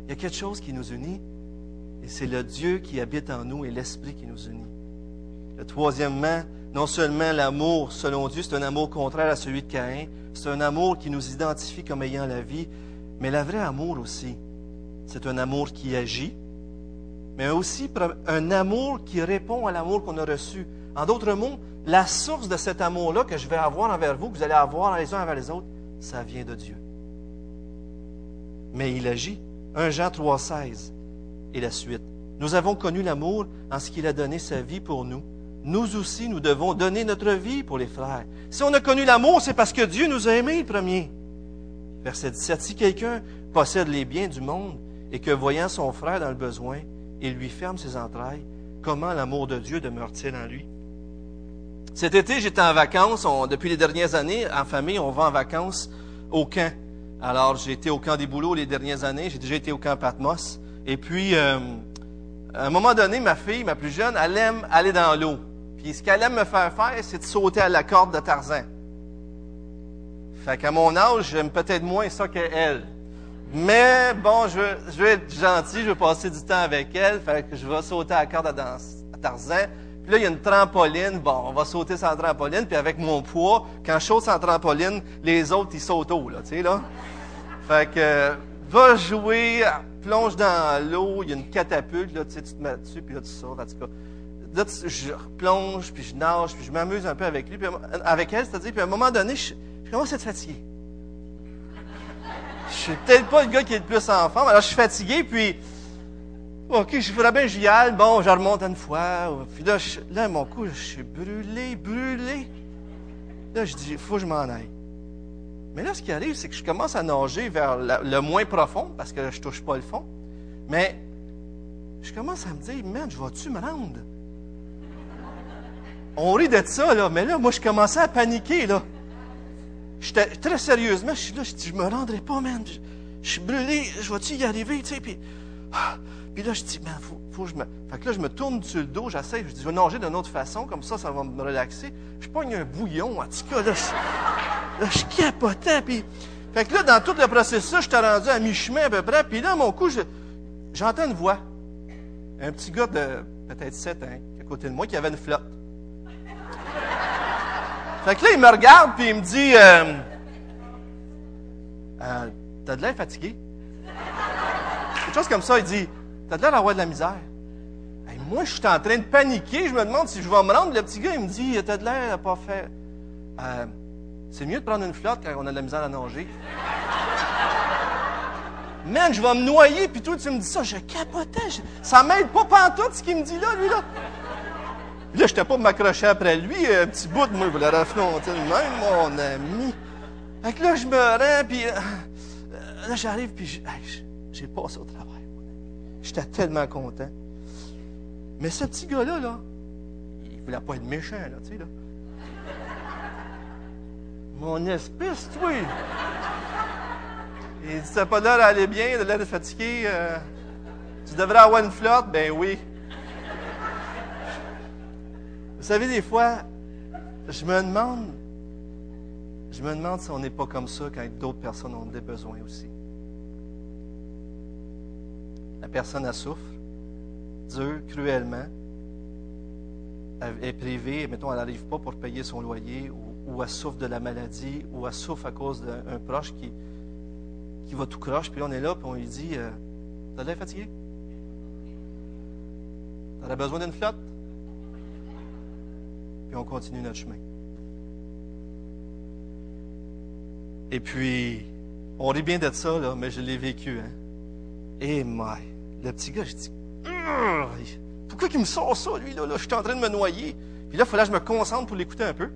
il y a quelque chose qui nous unit, et c'est le Dieu qui habite en nous et l'Esprit qui nous unit. Le troisièmement, non seulement l'amour selon Dieu, c'est un amour contraire à celui de Caïn, c'est un amour qui nous identifie comme ayant la vie, mais le vrai amour aussi, c'est un amour qui agit, mais aussi un amour qui répond à l'amour qu'on a reçu. En d'autres mots, la source de cet amour-là que je vais avoir envers vous, que vous allez avoir les uns envers les autres, ça vient de Dieu. Mais il agit. un Jean trois, seize et la suite. Nous avons connu l'amour en ce qu'il a donné sa vie pour nous. Nous aussi, nous devons donner notre vie pour les frères. Si on a connu l'amour, c'est parce que Dieu nous a aimés le premier. Verset dix-sept. Si quelqu'un possède les biens du monde et que, voyant son frère dans le besoin, il lui ferme ses entrailles, comment l'amour de Dieu demeure-t-il en lui? Cet été, j'étais en vacances. On, depuis les dernières années, en famille, on va en vacances au camp. Alors, j'ai été au camp des Bouleaux les dernières années. J'ai déjà été au camp Patmos. Et puis, euh, à un moment donné, ma fille, ma plus jeune, elle aime aller dans l'eau. Puis, ce qu'elle aime me faire faire, c'est de sauter à la corde de Tarzan. Fait qu'à mon âge, j'aime peut-être moins ça qu'elle. Mais, bon, je veux, je veux être gentil, je veux passer du temps avec elle. Fait que je vais sauter à la corde à, dans, à Tarzan. Puis là, il y a une trampoline. Bon, on va sauter sur la trampoline. Puis avec mon poids, quand je saute sur la trampoline, les autres, ils sautent haut, là, tu sais, là. Fait que, euh, va jouer, plonge dans l'eau, il y a une catapulte, là, tu sais, tu te mets dessus, puis là, tu sautes, en tout cas. Là, tu, je plonge, puis je nage, puis je m'amuse un peu avec lui, puis avec elle, c'est-à-dire, puis à un moment donné, je, je commence à être fatigué. Je suis peut-être pas le gars qui est le plus en forme, alors je suis fatigué, puis... OK, je voudrais bien j'y aille. Bon, je remonte une fois. Puis là, je, là, mon cou, je suis brûlé, brûlé. Là, je dis, il faut que je m'en aille. Mais là, ce qui arrive, c'est que je commence à nager vers la, le moins profond, parce que je touche pas le fond. Mais je commence à me dire, man, je vais-tu me rendre? On rit de ça, là. Mais là, moi, je commençais à paniquer, là. J'étais très sérieusement, je suis là, je dis, je me rendrai pas, man. Je, je suis brûlé, je vais-tu y arriver, tu sais, puis... Ah, puis là, je dis, man, faut, faut que je me... Fait que là, je me tourne sur le dos, j'essaie, je dis, je vais nager d'une autre façon, comme ça, ça va me relaxer. Je pogne un bouillon, en tout cas, là, je, là, je capotais, puis... Fait que là, dans tout le processus, je t'ai rendu à mi-chemin à peu près, puis là, mon coup, je, j'entends une voix. Un petit gars de peut-être sept ans, à côté de moi, qui avait une flotte. Fait que là, il me regarde, puis il me dit, euh, euh, t'as de l'air fatigué? Quelque chose comme ça, il dit, t'as de l'air d'avoir de la misère. Hey, moi, je suis en train de paniquer, je me demande si je vais me rendre. Le petit gars, il me dit, t'as de l'air à pas faire. Euh, c'est mieux de prendre une flotte quand on a de la misère à nager. Man, je vais me noyer, puis toi, tu me dis ça, je capotais. Je, ça m'aide pas pantoute, ce qu'il me dit là, lui, là. Puis là, je n'étais pas m'accrocher après lui, un petit bout de moi, pour le raffronter de même, mon ami. Fait que là, je me rends, puis euh, là, j'arrive, puis je, hey, j'ai passé au travail. J'étais tellement content. Mais ce petit gars-là, là, il voulait pas être méchant, là, tu sais, là. Mon espèce, toi! Il dit, t'as pas l'air d'aller bien, de l'air de fatigué. Euh, tu devrais avoir une flotte? Ben oui. Vous savez, des fois, je me demande, je me demande si on n'est pas comme ça quand d'autres personnes ont des besoins aussi. La personne, elle souffre, dure, cruellement, elle est privée, mettons, elle n'arrive pas pour payer son loyer, ou, ou elle souffre de la maladie, ou elle souffre à cause d'un proche qui, qui va tout croche, puis là, on est là, puis on lui dit, euh, t'as l'air fatigué? T'aurais besoin d'une flotte? Puis on continue notre chemin. Et puis, on rit bien de ça, là, mais je l'ai vécu, hein. Et my, le petit gars, je dis, pourquoi il me sort ça, lui, là, là? Je suis en train de me noyer. Puis là, il fallait que je me concentre pour l'écouter un peu.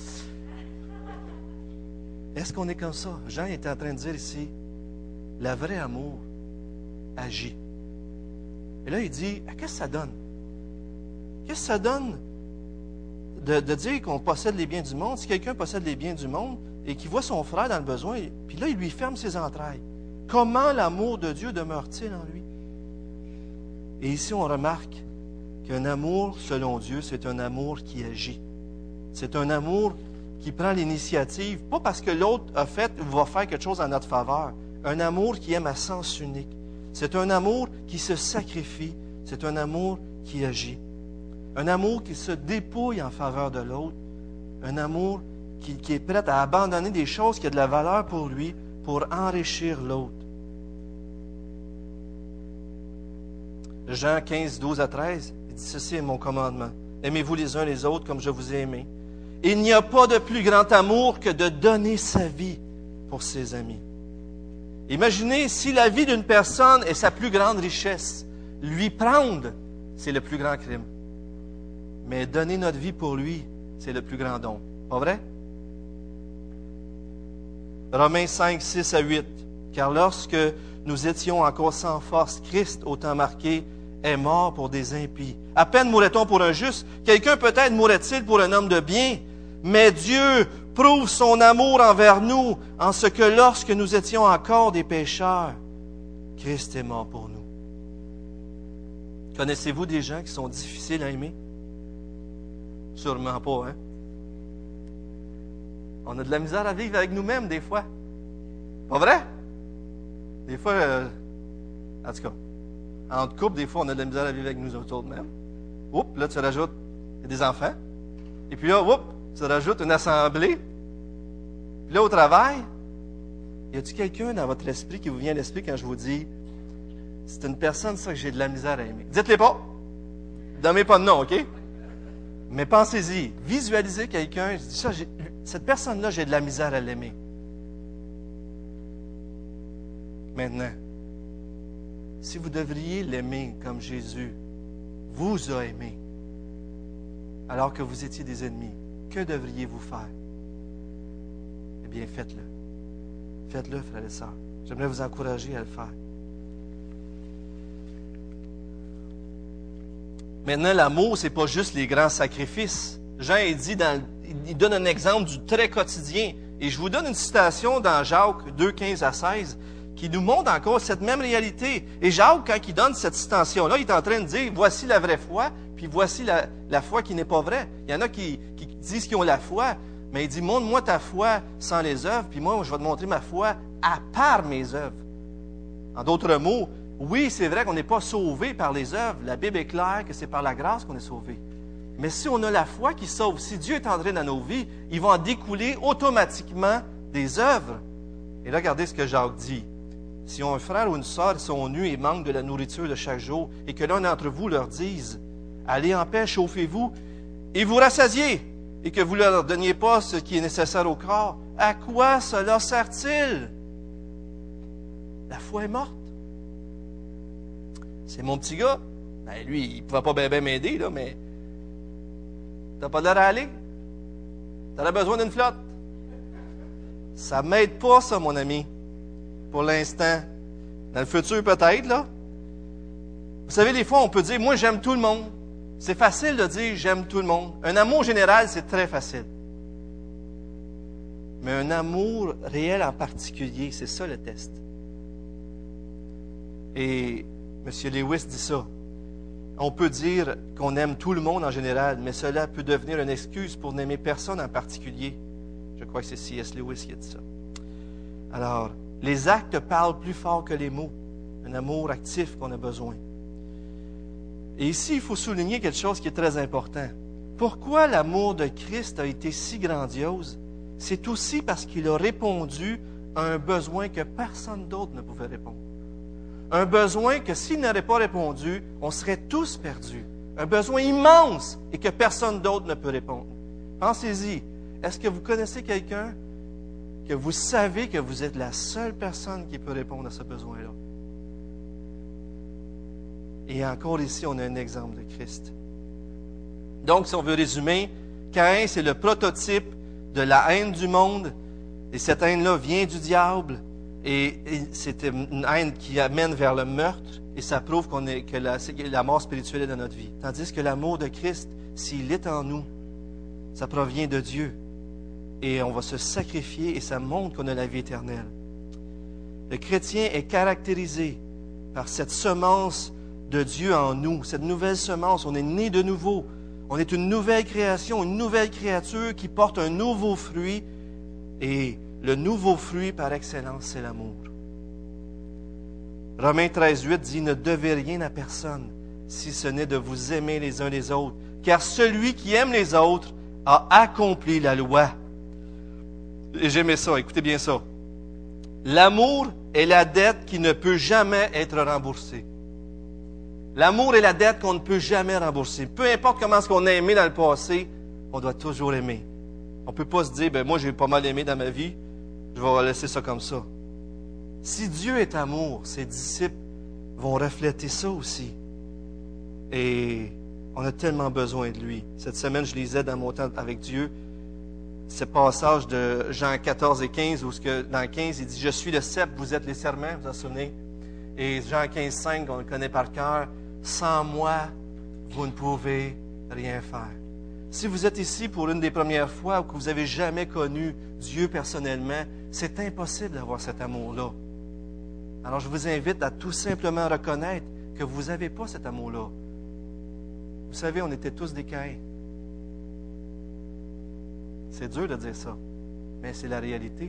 Est-ce qu'on est comme ça? Jean est en train de dire ici, le vrai amour agit. Et là, il dit, qu'est-ce que ça donne? Qu'est-ce que ça donne de, de dire qu'on possède les biens du monde? Si quelqu'un possède les biens du monde et qu'il voit son frère dans le besoin, puis là, il lui ferme ses entrailles. Comment l'amour de Dieu demeure-t-il en lui? Et ici, on remarque qu'un amour, selon Dieu, c'est un amour qui agit. C'est un amour qui prend l'initiative, pas parce que l'autre a fait ou va faire quelque chose en notre faveur. Un amour qui aime à sens unique. C'est un amour qui se sacrifie. C'est un amour qui agit. Un amour qui se dépouille en faveur de l'autre. Un amour qui, qui est prêt à abandonner des choses qui ont de la valeur pour lui pour enrichir l'autre. Jean quinze, douze à treize, il dit, ceci est mon commandement. Aimez-vous les uns les autres comme je vous ai aimés. Il n'y a pas de plus grand amour que de donner sa vie pour ses amis. Imaginez si la vie d'une personne est sa plus grande richesse. Lui prendre, c'est le plus grand crime. Mais donner notre vie pour lui, c'est le plus grand don. Pas vrai? Romains cinq, six à huit. Car lorsque nous étions encore sans force, Christ, au temps marqué, est mort pour des impies. À peine mourrait-on pour un juste. Quelqu'un peut-être mourrait-il pour un homme de bien. Mais Dieu prouve son amour envers nous en ce que lorsque nous étions encore des pécheurs, Christ est mort pour nous. Connaissez-vous des gens qui sont difficiles à aimer? Sûrement pas, hein? On a de la misère à vivre avec nous-mêmes des fois. Pas vrai? Des fois, euh, en tout cas, entre couples, des fois, on a de la misère à vivre avec nous autres mêmes. Oups, là, tu rajoutes des enfants. Et puis là, oups, tu rajoutes une assemblée. Puis là, au travail, y a-t-il quelqu'un dans votre esprit qui vous vient à l'esprit quand je vous dis c'est une personne, ça, que j'ai de la misère à aimer? Dites-les pas. Nommez pas de nom, OK? Mais pensez-y. Visualisez quelqu'un. Je dis ça, j'ai, cette personne-là, j'ai de la misère à l'aimer. Maintenant, si vous devriez l'aimer comme Jésus vous a aimé, alors que vous étiez des ennemis, que devriez-vous faire? Eh bien, faites-le. Faites-le, frères et sœurs. J'aimerais vous encourager à le faire. Maintenant, l'amour, c'est pas juste les grands sacrifices. Jean, il dit, dans, il donne un exemple du très quotidien. Et je vous donne une citation dans Jacques deux, quinze à seize, qui nous montre encore cette même réalité. Et Jacques, quand il donne cette citation-là, il est en train de dire, voici la vraie foi, puis voici la, la foi qui n'est pas vraie. Il y en a qui, qui disent qu'ils ont la foi, mais il dit, montre-moi ta foi sans les œuvres, puis moi, je vais te montrer ma foi à part mes œuvres. En d'autres mots, oui, c'est vrai qu'on n'est pas sauvé par les œuvres. La Bible est claire que c'est par la grâce qu'on est sauvé. Mais si on a la foi qui sauve, si Dieu est entré dans nos vies, il va en découler automatiquement des œuvres. Et là, regardez ce que Jacques dit. Si un frère ou une sœur sont nus et manquent de la nourriture de chaque jour, et que l'un d'entre vous leur dise, allez en paix, chauffez-vous, et vous rassasiez, et que vous ne leur donniez pas ce qui est nécessaire au corps, à quoi cela sert-il? La foi est morte. C'est mon petit gars. Ben, lui, il ne pouvait pas bien ben m'aider, là, mais t'as pas de l'air à aller. T'aurais besoin d'une flotte. Ça ne m'aide pas, ça, mon ami. Pour l'instant. Dans le futur, peut-être, là. Vous savez, des fois, on peut dire, moi, j'aime tout le monde. C'est facile de dire, j'aime tout le monde. Un amour général, c'est très facile. Mais un amour réel en particulier, c'est ça le test. Et M. Lewis dit ça. On peut dire qu'on aime tout le monde en général, mais cela peut devenir une excuse pour n'aimer personne en particulier. Je crois que c'est C S Lewis qui a dit ça. Alors, les actes parlent plus fort que les mots. Un amour actif qu'on a besoin. Et ici, il faut souligner quelque chose qui est très important. Pourquoi l'amour de Christ a été si grandiose? C'est aussi parce qu'il a répondu à un besoin que personne d'autre ne pouvait répondre. Un besoin que s'il n'aurait pas répondu, on serait tous perdus. Un besoin immense et que personne d'autre ne peut répondre. Pensez-y. Est-ce que vous connaissez quelqu'un que vous savez que vous êtes la seule personne qui peut répondre à ce besoin-là? Et encore ici, on a un exemple de Christ. Donc, si on veut résumer, Caïn, c'est le prototype de la haine du monde. Et cette haine-là vient du diable. Et, et c'est une haine qui amène vers le meurtre. Et ça prouve qu'on est, que la, la mort spirituelle est dans notre vie. Tandis que l'amour de Christ, s'il est en nous, ça provient de Dieu. Et on va se sacrifier et ça montre qu'on a la vie éternelle. Le chrétien est caractérisé par cette semence de Dieu en nous, cette nouvelle semence. On est né de nouveau. On est une nouvelle création, une nouvelle créature qui porte un nouveau fruit. Et le nouveau fruit par excellence, c'est l'amour. Romains treize, huit dit « Ne devez rien à personne, si ce n'est de vous aimer les uns les autres, car celui qui aime les autres a accompli la loi. » Et j'aimais ça, écoutez bien ça. L'amour est la dette qui ne peut jamais être remboursée. L'amour est la dette qu'on ne peut jamais rembourser. Peu importe comment est-ce qu'on a aimé dans le passé, on doit toujours aimer. On ne peut pas se dire, ben moi j'ai pas mal aimé dans ma vie, je vais laisser ça comme ça. Si Dieu est amour, ses disciples vont refléter ça aussi. Et on a tellement besoin de lui. Cette semaine, je lisais dans mon temps avec Dieu ce passage de Jean quatorze et quinze, où dans quinze, il dit « Je suis le cep, vous êtes les serments », vous vous en souvenez? Et Jean quinze, cinq, on le connaît par cœur, « Sans moi, vous ne pouvez rien faire ». Si vous êtes ici pour une des premières fois ou que vous n'avez jamais connu Dieu personnellement, c'est impossible d'avoir cet amour-là. Alors je vous invite à tout simplement reconnaître que vous n'avez pas cet amour-là. Vous savez, on était tous des Caïns. C'est dur de dire ça, mais c'est la réalité.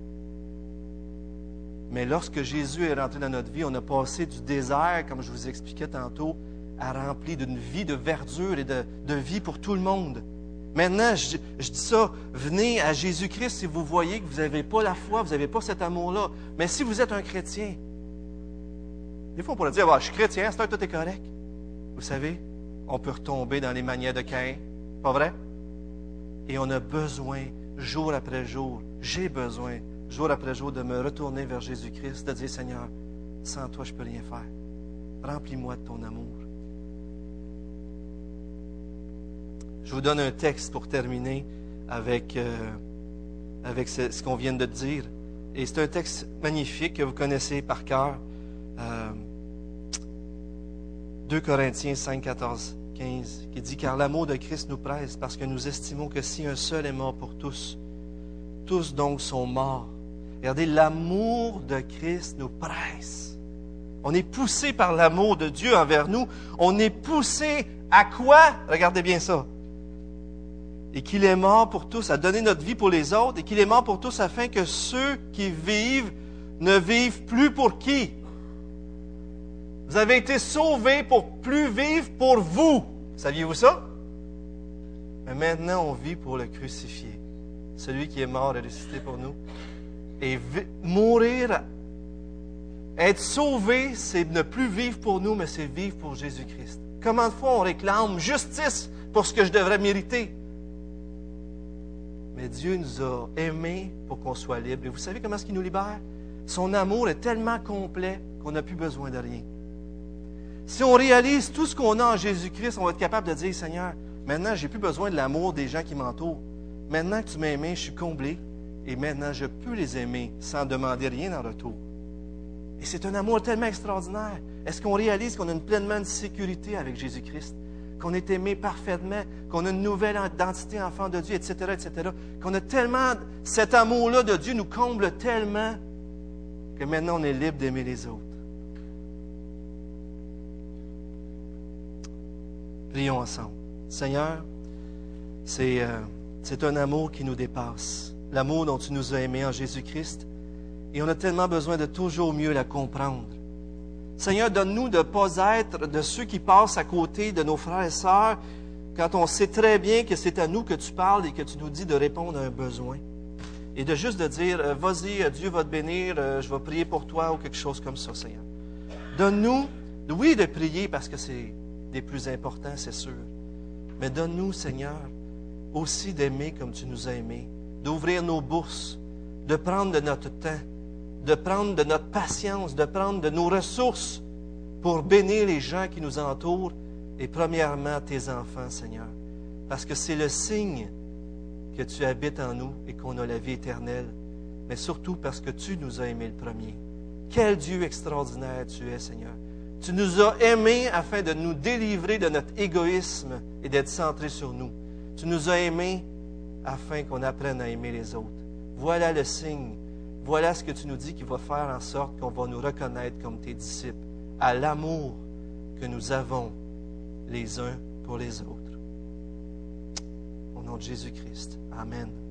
Mais lorsque Jésus est rentré dans notre vie, on a passé du désert, comme je vous expliquais tantôt, à rempli d'une vie de verdure et de, de vie pour tout le monde. Maintenant, je, je dis ça, venez à Jésus-Christ si vous voyez que vous n'avez pas la foi, vous n'avez pas cet amour-là. Mais si vous êtes un chrétien, des fois on pourrait dire, ah, je suis chrétien, c'est un tout est correct. Vous savez, on peut retomber dans les manières de Caïn, pas vrai? Et on a besoin, jour après jour, j'ai besoin, jour après jour, de me retourner vers Jésus-Christ, de dire, Seigneur, sans toi, je ne peux rien faire. Remplis-moi de ton amour. Je vous donne un texte pour terminer avec, euh, avec ce, ce qu'on vient de dire. Et c'est un texte magnifique que vous connaissez par cœur. Euh, deux Corinthiens cinq, quatorze, quinze, qui dit « Car l'amour de Christ nous presse, parce que nous estimons que si un seul est mort pour tous, tous donc sont morts. » Regardez, l'amour de Christ nous presse. On est poussé par l'amour de Dieu envers nous. On est poussé à quoi? Regardez bien ça. Et qu'il est mort pour tous, à donner notre vie pour les autres, et qu'il est mort pour tous afin que ceux qui vivent ne vivent plus pour qui? Vous avez été sauvés pour plus vivre pour vous. Saviez-vous ça? Mais maintenant, on vit pour le crucifié. Celui qui est mort et ressuscité pour nous. Et vi- mourir, être sauvé, c'est ne plus vivre pour nous, mais c'est vivre pour Jésus-Christ. Comment de fois on réclame justice pour ce que je devrais mériter? Mais Dieu nous a aimés pour qu'on soit libre. Et vous savez comment est-ce qu'il nous libère? Son amour est tellement complet qu'on n'a plus besoin de rien. Si on réalise tout ce qu'on a en Jésus-Christ, on va être capable de dire, Seigneur, maintenant, je n'ai plus besoin de l'amour des gens qui m'entourent. Maintenant que tu m'as aimé, je suis comblé. Et maintenant, je peux les aimer sans demander rien en retour. Et c'est un amour tellement extraordinaire. Est-ce qu'on réalise qu'on a une pleinement de sécurité avec Jésus-Christ? Qu'on est aimé parfaitement, qu'on a une nouvelle identité enfant de Dieu, et cetera, et cetera. Qu'on a tellement, cet amour-là de Dieu nous comble tellement que maintenant on est libre d'aimer les autres. Prions ensemble. Seigneur, c'est, euh, c'est un amour qui nous dépasse. L'amour dont tu nous as aimés en Jésus-Christ. Et on a tellement besoin de toujours mieux la comprendre. Seigneur, donne-nous de ne pas être de ceux qui passent à côté de nos frères et sœurs quand on sait très bien que c'est à nous que tu parles et que tu nous dis de répondre à un besoin. Et de juste de dire, euh, vas-y, Dieu va te bénir, euh, je vais prier pour toi ou quelque chose comme ça, Seigneur. Donne-nous, oui, de prier parce que c'est des plus importants, c'est sûr. Mais donne-nous, Seigneur, aussi d'aimer comme tu nous as aimés, d'ouvrir nos bourses, de prendre de notre temps, de prendre de notre patience, de prendre de nos ressources pour bénir les gens qui nous entourent et premièrement tes enfants, Seigneur. Parce que c'est le signe que tu habites en nous et qu'on a la vie éternelle, mais surtout parce que tu nous as aimés le premier. Quel Dieu extraordinaire tu es, Seigneur. Tu nous as aimés afin de nous délivrer de notre égoïsme et d'être centrés sur nous. Tu nous as aimés afin qu'on apprenne à aimer les autres. Voilà le signe. Voilà ce que tu nous dis qui va faire en sorte qu'on va nous reconnaître comme tes disciples, à l'amour que nous avons les uns pour les autres. Au nom de Jésus-Christ. Amen.